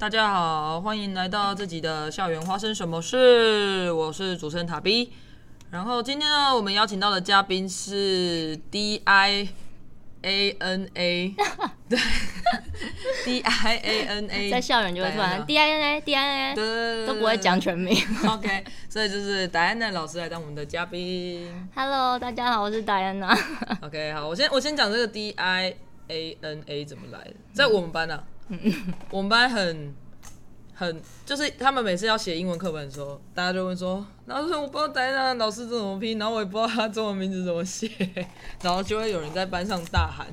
大家好，欢迎来到这集的校园发生什么事，我是主持人塔 B。然后今天呢，我们邀请到的嘉宾是 DIANA， 对，DIANA， 在校园就会突然 DIANA 对， 都不会讲全名。 OK， 所以就是 Diana 老师来当我们的嘉宾。 Hello， 大家好，我是 Diana。 OK， 好，我先讲这个 DIANA 怎么来的，在我们班啊。我们班很就是他们每次要写英文课本的时候，大家就会说老师我不知道Diana老师怎么拼，然后我也不知道他中文名字怎么写，然后就会有人在班上大喊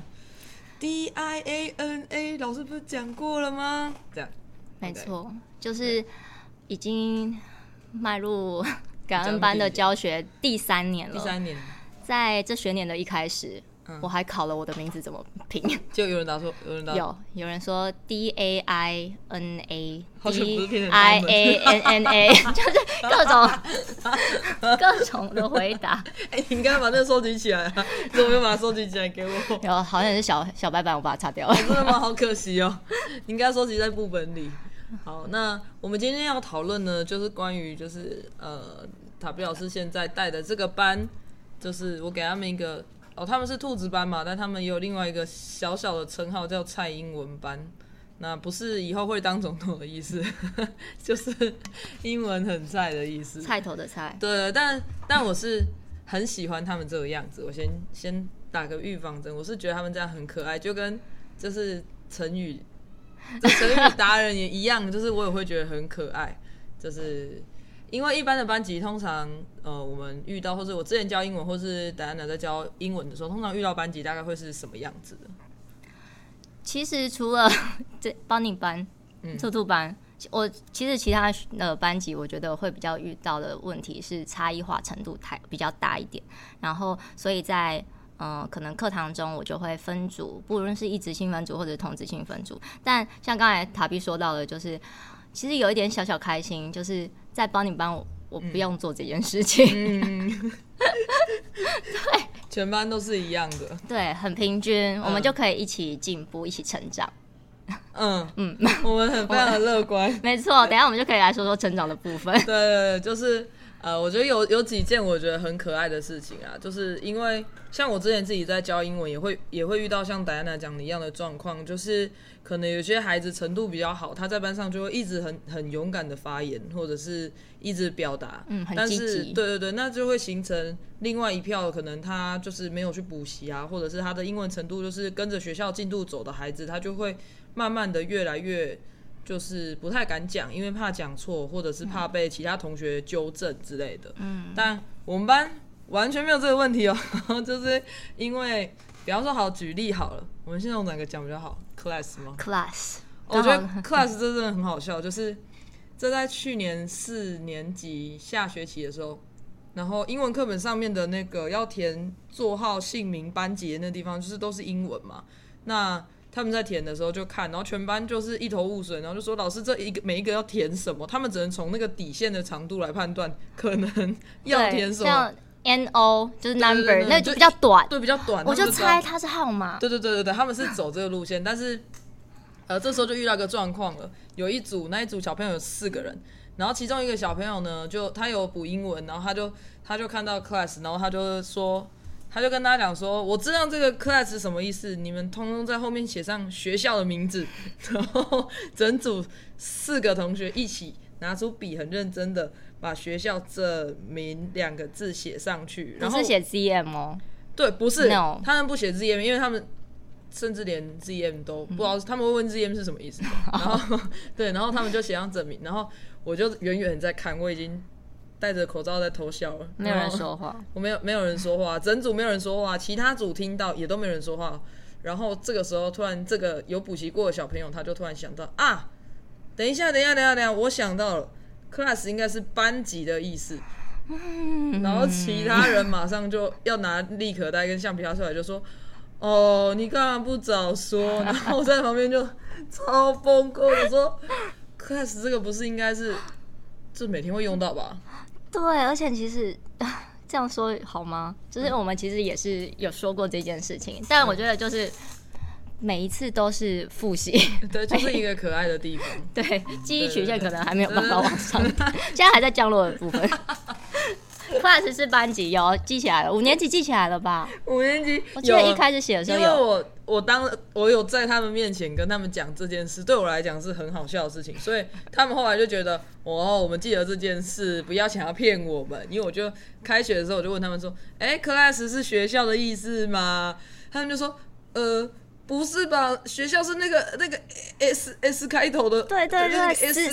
DIANA， 老师不是讲过了吗？这样没错，就是已经迈入感恩班的教学第3年了。 第3年， 在这学年的一开始，我还考了我的名字怎么拼， 就有人答错， 有人说 DAINA， 好像不是偏成 DIANA， 就是各种的回答。 你应该把那个收集起来啊！你怎么没有把它收集起来给我？ 有，好像是小白板，我把它擦掉了。 真的吗？好可惜哦！你应该收集在部本里。好，那我们今天要讨论呢，就是关于塔比老师现在带的这个班，就是我给他们一个。他们是兔子班嘛，但他们也有另外一个小小的称号叫蔡英文班。那不是以后会当总统的意思，就是英文很菜的意思， 菜头的菜。对， 但我是很喜欢他们这个样子。我先打个预防针，我是觉得他们这样很可爱，就跟就是成语达人也一样，就是我也会觉得很可爱，就是因为一般的班级通常我们遇到，或是我之前教英文，或是Diana在教英文的时候，通常遇到班级大概会是什么样子的？ 其实除了这邦宁班、兔兔班，我其实其他的班级，我觉得会比较遇到的问题是差异化程度比较大一点，然后所以在可能课堂中我就会分组，不论是异质性分组或者同质性分组。但像刚才塔比说到的，就是其实有一点小小开心，就是在邦宁班我不用做这件事情。对， 全班都是一样的， 对，很平均，我们就可以一起进步，一起成长。 我们非常的乐观。 没错，等一下我们就可以来说说成长的部分。 对，就是我觉得有几件我觉得很可爱的事情啊，就是因为像我之前自己在教英文，也会遇到像Diana讲的一样的状况，就是可能有些孩子程度比较好，他在班上就会一直很勇敢的发言，或者是一直表达， 很积极。 对，那就会形成另外一票可能他就是没有去补习啊，或者是他的英文程度就是跟着学校进度走的孩子，他就会慢慢的越来越就是不太敢讲，因为怕讲错，或者是怕被其他同学纠正之类的。但我们班完全没有这个问题哦，就是因为比方说好举例好了，我们现在用哪个讲比较好 ？class 吗 ？class， 我觉得 class 这真的很好笑，就是这在去年4年级下学期的时候，然后英文课本上面的那个要填座号、姓名、班级的那地方，就是都是英文嘛。那他们在填的时候就看，然后全班就是一头雾水，然后就说老师每一个要填什么，他们只能从那个底线的长度来判断可能要填什么。 像 NO 就是 number， 那就比较短， 对，比较短， 我就猜它是号码。 对，他们是走这个路线，但是这时候就遇到一个状况了，那一组小朋友有4个人，然后其中一个小朋友呢，他有补英文，然后他就看到 class， 然后他就跟大家讲说，我知道这个 class 是什么意思，你们通通在后面写上学校的名字，然后整组4个同学一起拿出笔，很认真的把学校这名2个字写上去。然后不是写 ZM 哦？ 对，不是， no， 他们不写 ZM， 因为他们甚至连 ZM 都不知道，他们会问 ZM 是什么意思。然后对，然后他们就写上整名，然后我就远远在看，我已经戴着口罩在偷笑了， 没有人说话， 我没有人说话，整组没有人说话，其他组听到也都没有人说话。然后这个时候，突然这个有补习过的小朋友，他就突然想到啊，等一下，我想到了 ，class 应该是班级的意思。然后其他人马上就要拿立可带跟橡皮擦出来，就说：“哦，你干嘛不早说？”然后我在旁边就超崩溃的说：“class 这个不是应该是就每天会用到吧？” 对，而且其实这样说好吗？就是我们其实也是有说过这件事情，但我觉得就是每一次都是复习， 对，就是一个可爱的地方。 对，记忆曲线可能还没有办法往上，现在还在降落的部分。class 是班级有记起来了，5年级记起来了吧 ？5年级， 我记得一开始写的时候有， 因为我有在他们面前跟他们讲这件事，对我来讲是很好笑的事情，所以他们后来就觉得，我们记得这件事，不要想要骗我们。因为我就开学的时候我就问他们说，class 是学校的意思吗？他们就说，不是吧？学校是那个 S 开头的， 对对对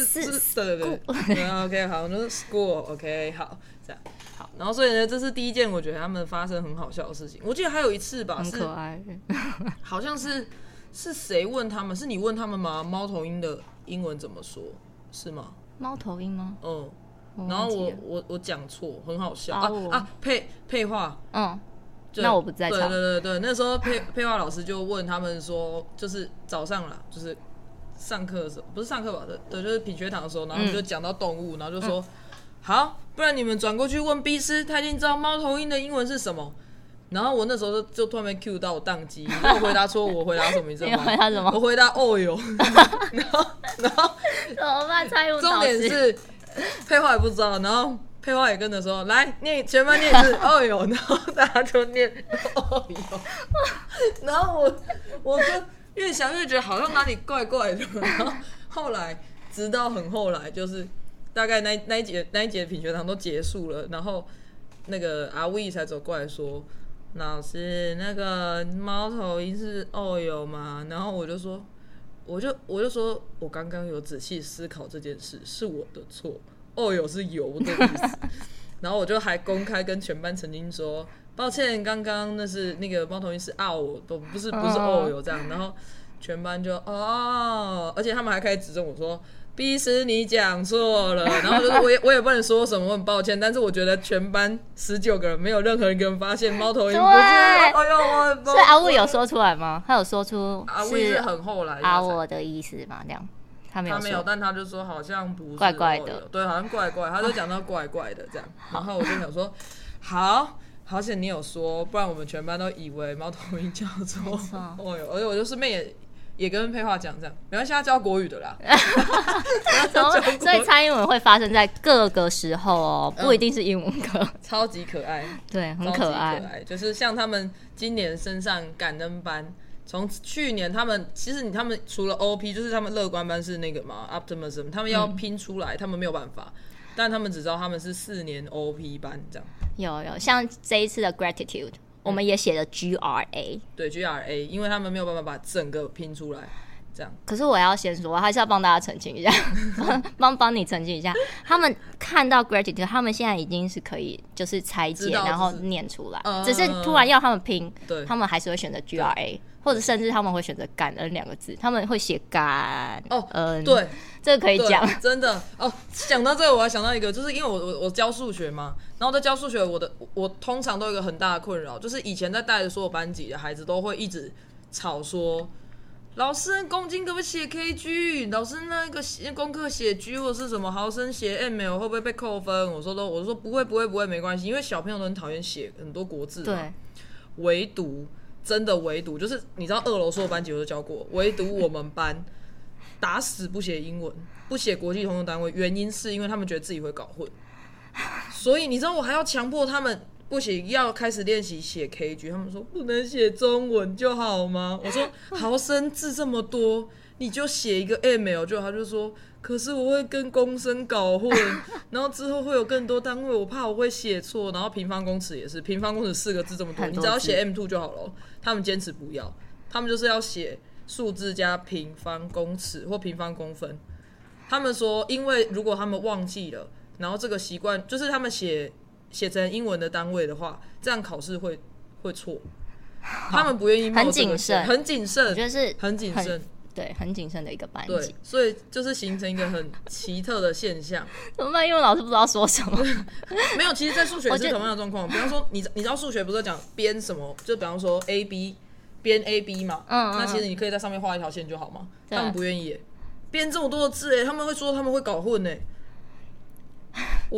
，S 对 ，OK 好，那是 school，OK 好，这样好。然后所以呢，这是第一件我觉得他们发生很好笑的事情。我记得还有一次吧， 很可爱， 好像是谁问他们？是你问他们吗？猫头鹰的英文怎么说？是吗？ 猫头鹰吗？ 嗯。然后我讲错，很好笑配话， 那我不在场。 对，那时候配话老师就问他们说，就是早上啦，就是上课的时候，不是上课吧？对，就是品学堂的时候，然后就讲到动物，然后就说，好，不然你们转过去问 B 师，他已经知道猫头鹰的英文是什么。然后我那时候就突然被 cue 到我宕机，你知道我回答错，我回答什么？你知道吗？ 你回答什么？ 我回答哟。然后怎么办？蔡英文重点是配话也不知道，然后配话也跟着说，来全班念一次哟，然后大家就念哟，然后我就越想越觉得好像哪里怪怪的，然后后来直到很后来，就是大概那一节品学堂都结束了，然后那个阿威才走过来说，老师，那个猫头鹰是哟吗？然后我就说，我刚刚有仔细思考这件事，是我的错。哟是油的意思。然后我就还公开跟全班曾经说，抱歉，刚刚那个猫头鹰是不是哟这样。然后全班就而且他们还开始指正我说，B 师你讲错了。然后就是我也不能说什么，我很抱歉。但是我觉得全班19个人没有任何一个人发现猫头鹰不是所以阿雾有说出来吗？他有说出阿雾是很后来阿我的意思吗？这样他没有， 但他就说好像不是怪怪的， 对，好像怪怪，他就讲到怪怪的这样。然后我就想说，好险你有说，不然我们全班都以为猫头鹰叫做而且我就顺便也跟佩华讲这样，没关系，他教国语的啦。 所以蔡英文会发生在各个时候不一定是英文课， 超级可爱， 对，很可爱。 就是像他们今年升上感恩班，从去年他们其实他们除了 OP， 就是他们乐观班是那个嘛 Optimism， 他们要拼出来，他们没有办法，但他们只知道他们是4年 OP 班这样。 有像这一次的 Gratitude。我们也写了 GRA， 对 GRA， 因为他们没有办法把整个拼出来，这样。 可是我要先说，我还是要帮大家澄清一下，帮你澄清一下。他们看到 gratitude， 他们现在已经是可以就是拆解，然后念出来，只是突然要他们拼，他们还是会选择 GRA， 或者甚至他们会选择感恩2个字，他们会写感恩。 对， 这个可以讲， 真的讲到这个，我还想到一个，就是因为我教数学嘛，然后在教数学，我通常都有一个很大的困扰，就是以前在带的所有班级的孩子都会一直吵说，老师公斤可不可以写 kg？ 老师那个功课写 G 或者是什么毫升写 ml 会不会被扣分？我说不会没关系，因为小朋友都很讨厌写很多国字嘛。对，唯独就是你知道2楼所有班级我都教过，唯独我们班打死不写英文，不写国际通用单位，原因是因为他们觉得自己会搞混，所以你知道我还要强迫他们不写，要开始练习写 kg， 他们说不能写中文就好吗？我说毫升字这么多，你就写一个 ml 就好。他就说可是我会跟公升搞混，然后之后会有更多单位，我怕我会写错。然后平方公尺也是，平方公尺4个字这么多，你只要写 M2 就好了。他们坚持不要，他们就是要写数字加平方公尺或平方公分。他们说，因为如果他们忘记了，然后这个习惯就是他们写成英文的单位的话，这样考试会错。他们不愿意冒这个险，很谨慎， 我觉得是很谨慎， 对，很谨慎的一个班级。 对，所以就是形成一个很奇特的现象。 怎么办？因为老师不知道说什么。 没有，其实，在数学也是同样的状况。比方说，你知道数学不是讲编什么？就比方说 AB 编 AB 嘛，那其实你可以在上面画一条线就好嘛。他们不愿意编这么多的字，他们会说他们会搞混。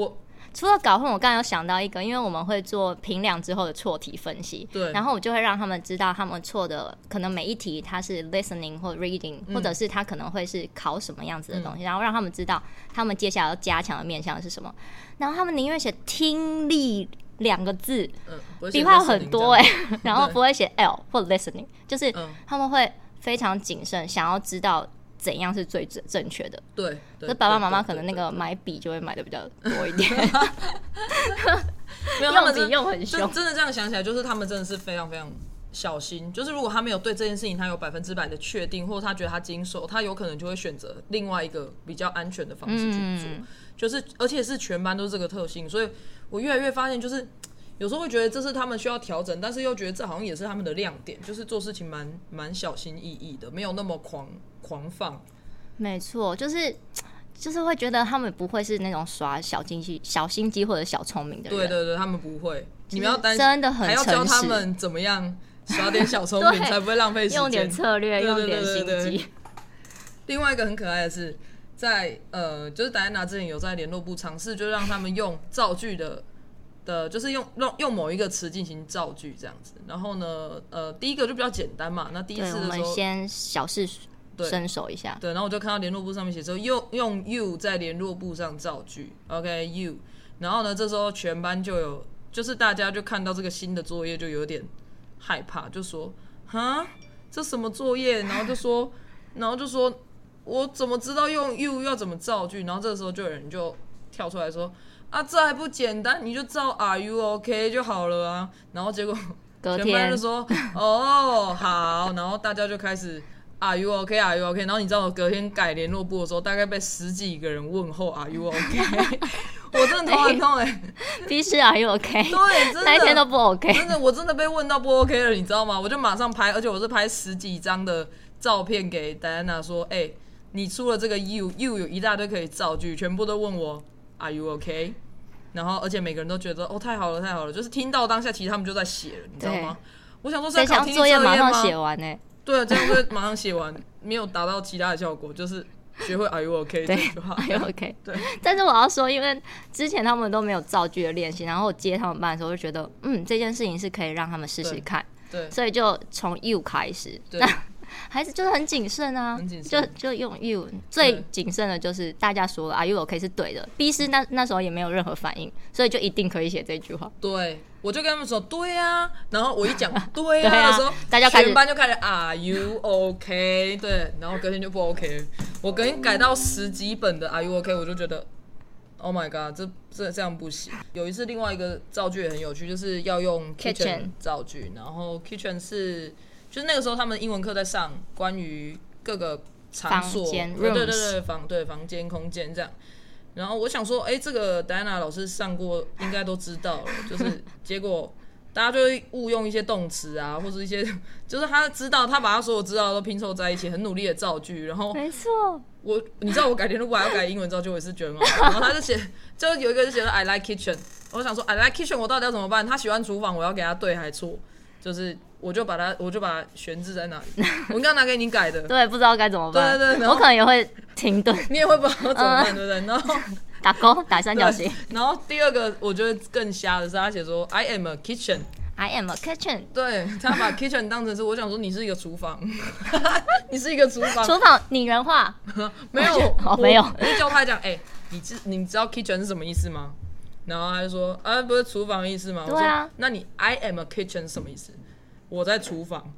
除了搞混，我刚才有想到一个，因为我们会做评量之后的错题分析， 对， 然后我就会让他们知道他们错的可能每一题它是 listening 或 reading，或者是他可能会是考什么样子的东西，然后让他们知道他们接下来要加强的面向是什么。然后他们宁愿写听力2个字，笔画很多然后不会写 L 或 listening， 就是他们会非常谨慎，想要知道怎样是最正确的。 对， 可爸爸妈妈可能那个买笔就会买的比较多一点， 没有，他们用笔用很凶。 真的这样想起来，就是他们真的是非常非常小心。就是如果他没有对这件事情他有100%的确定，或者他觉得他经手，他有可能就会选择另外一个比较安全的方式去做。就是而且是全班都是这个特性，所以我越来越发现，就是有时候会觉得这是他们需要调整，但是又觉得这好像也是他们的亮点，就是做事情蛮小心翼翼的，没有那么狂放。 没错，就是会觉得他们不会是那种耍小心机或者小聪明的人。 对对对，他们不会。你们要担心， 真的很还要教他们怎么样耍点小聪明，才不会浪费时间。 用点策略，用点心机。 另外一个很可爱的是，在就是戴安娜之前有在联络部尝试，就让他们用造句的，就是用某一个词进行造句这样子。然后呢，第一个就比较简单嘛。那第一次的时候， 我们先小试身手一下。 对，然后我就看到联络部上面写说用 you 在联络部上造句 ，OK you。然后呢，这时候全班就有，就是大家就看到这个新的作业就有点害怕，就说哈这什么作业？然后就说我怎么知道用 you 要怎么造句？然后这个时候就有人就跳出来说啊，这还不简单，你就照 Are you OK 就好了啊。然后结果全班就说哦好，然后大家就开始。Are you OK? Are you OK? 然后你知道我隔天改联络部的时候，大概被10几个人问候 Are you OK? 我真的头很痛 B 是 Are you OK? 对，真的那一天都不 OK， 真的我真的被问到不 OK 了，你知道吗？我就马上拍，而且我是拍10几张的照片给戴安娜说，你出了这个 you 有一大堆可以造句，全部都问我 Are you OK? 然后而且每个人都觉得太好了太好了，就是听到当下其实他们就在写了，你知道吗？我想说是在考听力测验吗？ 马上写完对，这样会马上写完，没有达到其他的效果，就是学会 Are you OK 这句话。 Are you OK？ 对。 但是我要说，因为之前他们都没有造句的练习，然后我接他们班的时候就觉得，这件事情是可以让他们试试看。 对。 所以就从 you 开始。 对。 孩子就是很谨慎啊，就用 you。最谨慎的就是大家说了 Are you OK 是对的。B 师那时候也没有任何反应，所以就一定可以写这句话。 对。我就跟他们说对啊，然后我一讲对啊的时候， 大家全班就开始 Are you OK？ 对，然后隔天就不 OK 了。我隔天改到10几本的 Are you OK？ 我就觉得 Oh my god， 这样不行。有一次另外一个造句也很有趣，就是要用 kitchen 造句，然后 kitchen 是就是那个时候他们英文课在上关于各个场所，对房间空间这样。然后我想说，这个戴安娜老师上过，应该都知道了。就是结果大家就会误用一些动词啊，或者一些，就是他知道，他把他所有知道的都拼凑在一起，很努力的造句。然后没错， 你知道我改联络簿还要改英文造句，我也是觉得很好。然后他就有一个就写了 I like kitchen， 我想说 I like kitchen， 我到底要怎么办？他喜欢厨房，我要给他对还错？就是我就把它悬置在那里。我刚刚拿给你改的， 对，不知道该怎么办。 对， 我可能也会停顿， 你也会不知道怎么办，对不对？然后打勾打三角形。 然后第二个我觉得更瞎的是，他写说 I am a kitchen。I am a kitchen。 对，他把 kitchen 当成是，我想说你是一个厨房，你是一个厨房。 厨房拟人化？ 没有， 没有。 我就教他讲，你知道 kitchen 是什么意思吗？然后他就说不是厨房的意思吗？ 对啊。 那你 I am a kitchen 是什么意思？我在厨房。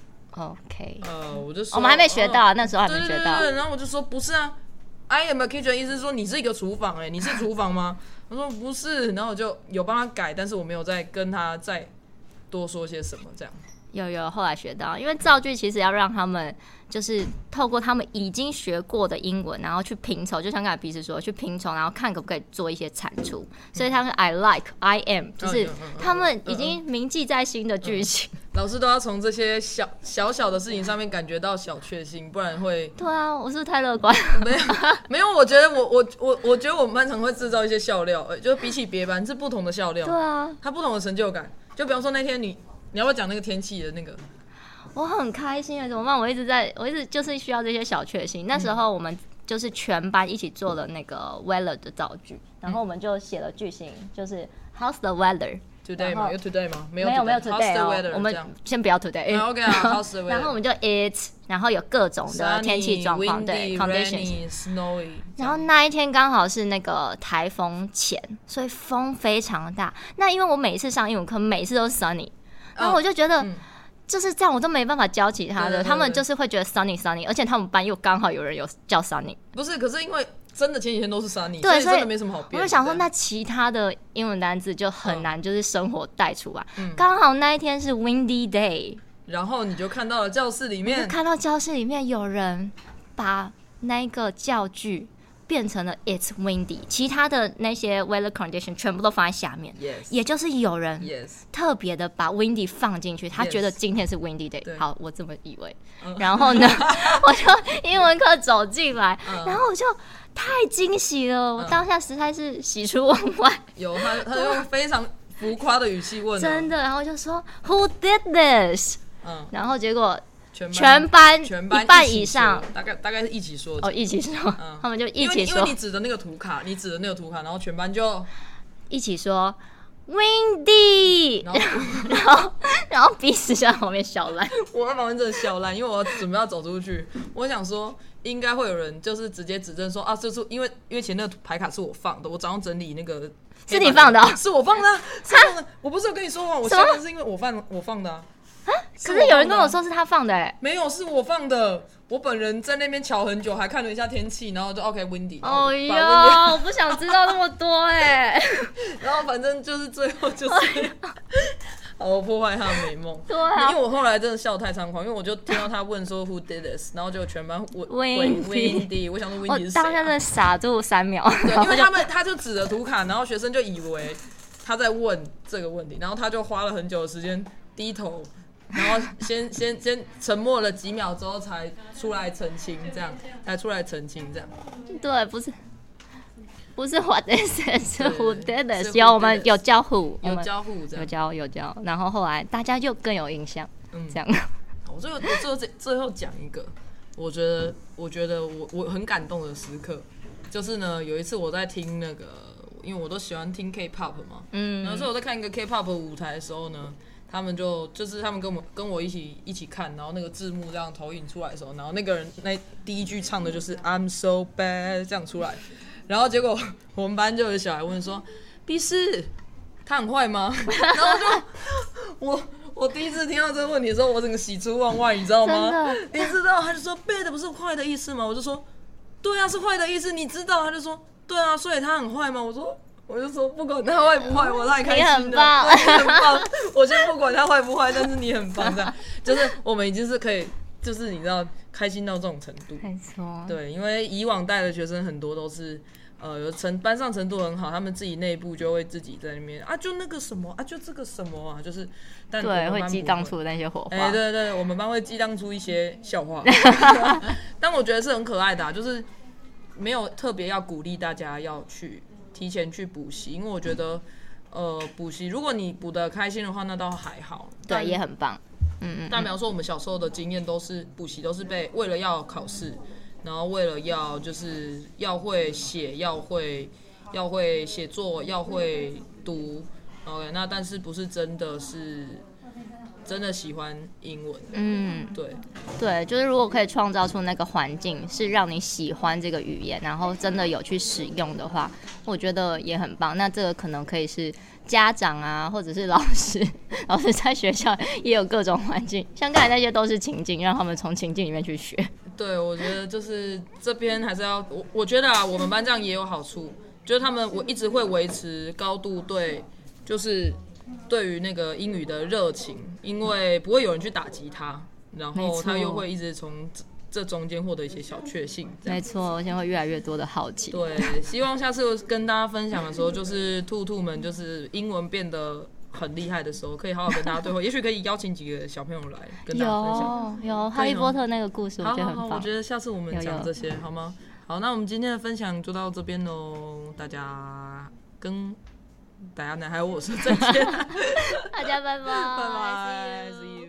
OK。 我就说我们还没学到，那时候还没学到。 对，然后我就说不是啊 ，I am a kitchen 意思是说你是一个厨房，你是厨房吗？他说不是，然后我就有帮他改，但是我没有再跟他再多说些什么这样。 有后来学到，因为造句其实要让他们就是透过他们已经学过的英文，然后去拼凑，就像刚才彼此说去拼凑，然后看可不可以做一些产出。所以他们 I like I am 就是他们已经铭记在心的剧情。 老师都要从这些小小的事情上面感觉到小确幸，不然会。 对啊，我是不是太乐观？ 没有，我觉得我觉得我们班常会制造一些笑料，就比起别班是不同的笑料。 对啊， 它不同的成就感。就比方说那天你要不要讲那个天气的那个？ 我很开心怎么办？我一直就是需要这些小确幸。那时候我们就是全班一起做了那个 weather 的造句，然后我们就写了句型，就是 How's the weather？Today 吗？有 today 吗？没有 today 哦。 我们先不要 today。OK 啊 ，How's the weather？ 然后我们就 it， 然后有各种的天气状况，对 ，conditions。Snowy。 然后那一天刚好是那个台风前，所以风非常大。那因为我每一次上英文课，每次都是 sunny， 然后我就觉得。就是这样，我都没办法教其他的，他们就是会觉得 sunny， 而且他们班又刚好有人有叫 sunny。 不是，可是因为真的前几天都是 sunny， 对， 所以真的没什么好变的。 我就想说，那其他的英文单字就很难，就是生活带出来。刚好那一天是 windy day， 然后你就看到了教室里面， 有人把那个教具变成了 it's windy， 其他的那些 weather condition 全部都放在下面， 也就是有人特别的把 windy 放进去，他觉得今天是 windy day， 好，我这么以为，然后呢，我就英文课走进来，然后我就太惊喜了，我当下实在是喜出望外。 有他用非常浮夸的语气问， 真的，然后就说 Who did this？然后结果。全班一半以上， 大概是一起说一起说，他们就一起说。 因为你指的那个图卡，然后全班就一起说 windy， 然后彼此就在旁边笑烂。 我在旁边真的笑烂，因为我准备要走出去，我想说应该会有人就是直接指正说啊，这是因为前那个牌卡是我放的，我早上整理那个是你放的， 是我放的，是我放的，我不是有跟你说吗？我笑的是因为我放的。 可是有人跟我说是他放的没有，是我放的。我本人在那边瞧很久，还看了一下天气，然后就 OK windy。 哦哟，我不想知道那么多然后反正就是最后就是我破坏他的美梦。 对啊， 因为我后来真的笑太猖狂，因为我就听到他问说 Who did this， 然后就全班windy， 我想说 windy 是谁？ 我当下真的傻住3秒。 对，因为他就指着图卡，然后学生就以为他在问这个问题，然后他就花了很久的时间低头。然后先沉默了几秒之后才出来澄清，这样。对， 不是 what is it， 是 who did it。有我们有教 who， 有教，然后后来大家就更有印象，这样。 我最后讲一个，我觉得我很感动的时刻，就是呢，有一次我在听那个，因为我都喜欢听 K-pop 嘛，然后所以我在看一个 K-pop 舞台的时候呢。他们就是他们跟我一起看，然后那个字幕这样投影出来的时候，然后那个人那第一句唱的就是 I'm so bad 这样出来，然后结果我们班就有小孩问说，B四他很坏吗？然后我第一次听到这个问题的时候，我整个喜出望外，你知道吗？你知道？他就说 bad 不是坏的意思吗？我就说对啊，是坏的意思，你知道？他就说对啊，所以他很坏吗？我就说不管他坏不坏，我太开心了， 你很棒， 我先不管他坏不坏，但是你很棒，这样就是我们已经是可以，就是你知道开心到这种程度， 没错， 对，因为以往带的学生很多都是班上程度很好，他们自己内部就会自己在那边啊，就那个什么啊，就这个什么啊，就是但对会激荡出那些火花， 对，我们班会激荡出一些笑话，但我觉得是很可爱的，就是没有特别要鼓励大家要去。提前去补习，因为我觉得，补习如果你补得开心的话，那倒还好， 对，也很棒。 但比方说我们小时候的经验都是补习都是为了要考试，然后为了就是要会写，要会写作，要会读 ，OK， 那但是不是真的喜欢英文， 对，就是如果可以创造出那个环境是让你喜欢这个语言，然后真的有去使用的话，我觉得也很棒。那这个可能可以是家长啊，或者是老师在学校也有各种环境，像刚才那些都是情境，让他们从情境里面去学。 对，我觉得就是这边还是要，我觉得我们班这样也有好处，就是我一直会维持高度对于那个英语的热情，因为不会有人去打击他，然后他又会一直从这中间获得一些小确幸。 没错，而且会越来越多的好奇。 对，希望下次跟大家分享的时候，就是兔们就是英文变得很厉害的时候，可以好好跟大家对话，也许可以邀请几个小朋友来跟大家分享。 有哈利波特那个故事，我觉得很棒。 好，我觉得下次我们讲这些好吗？好，那我们今天的分享就到这边喽，大家跟戴安娜还有我说再见， 大家拜拜， 拜拜 ，See you。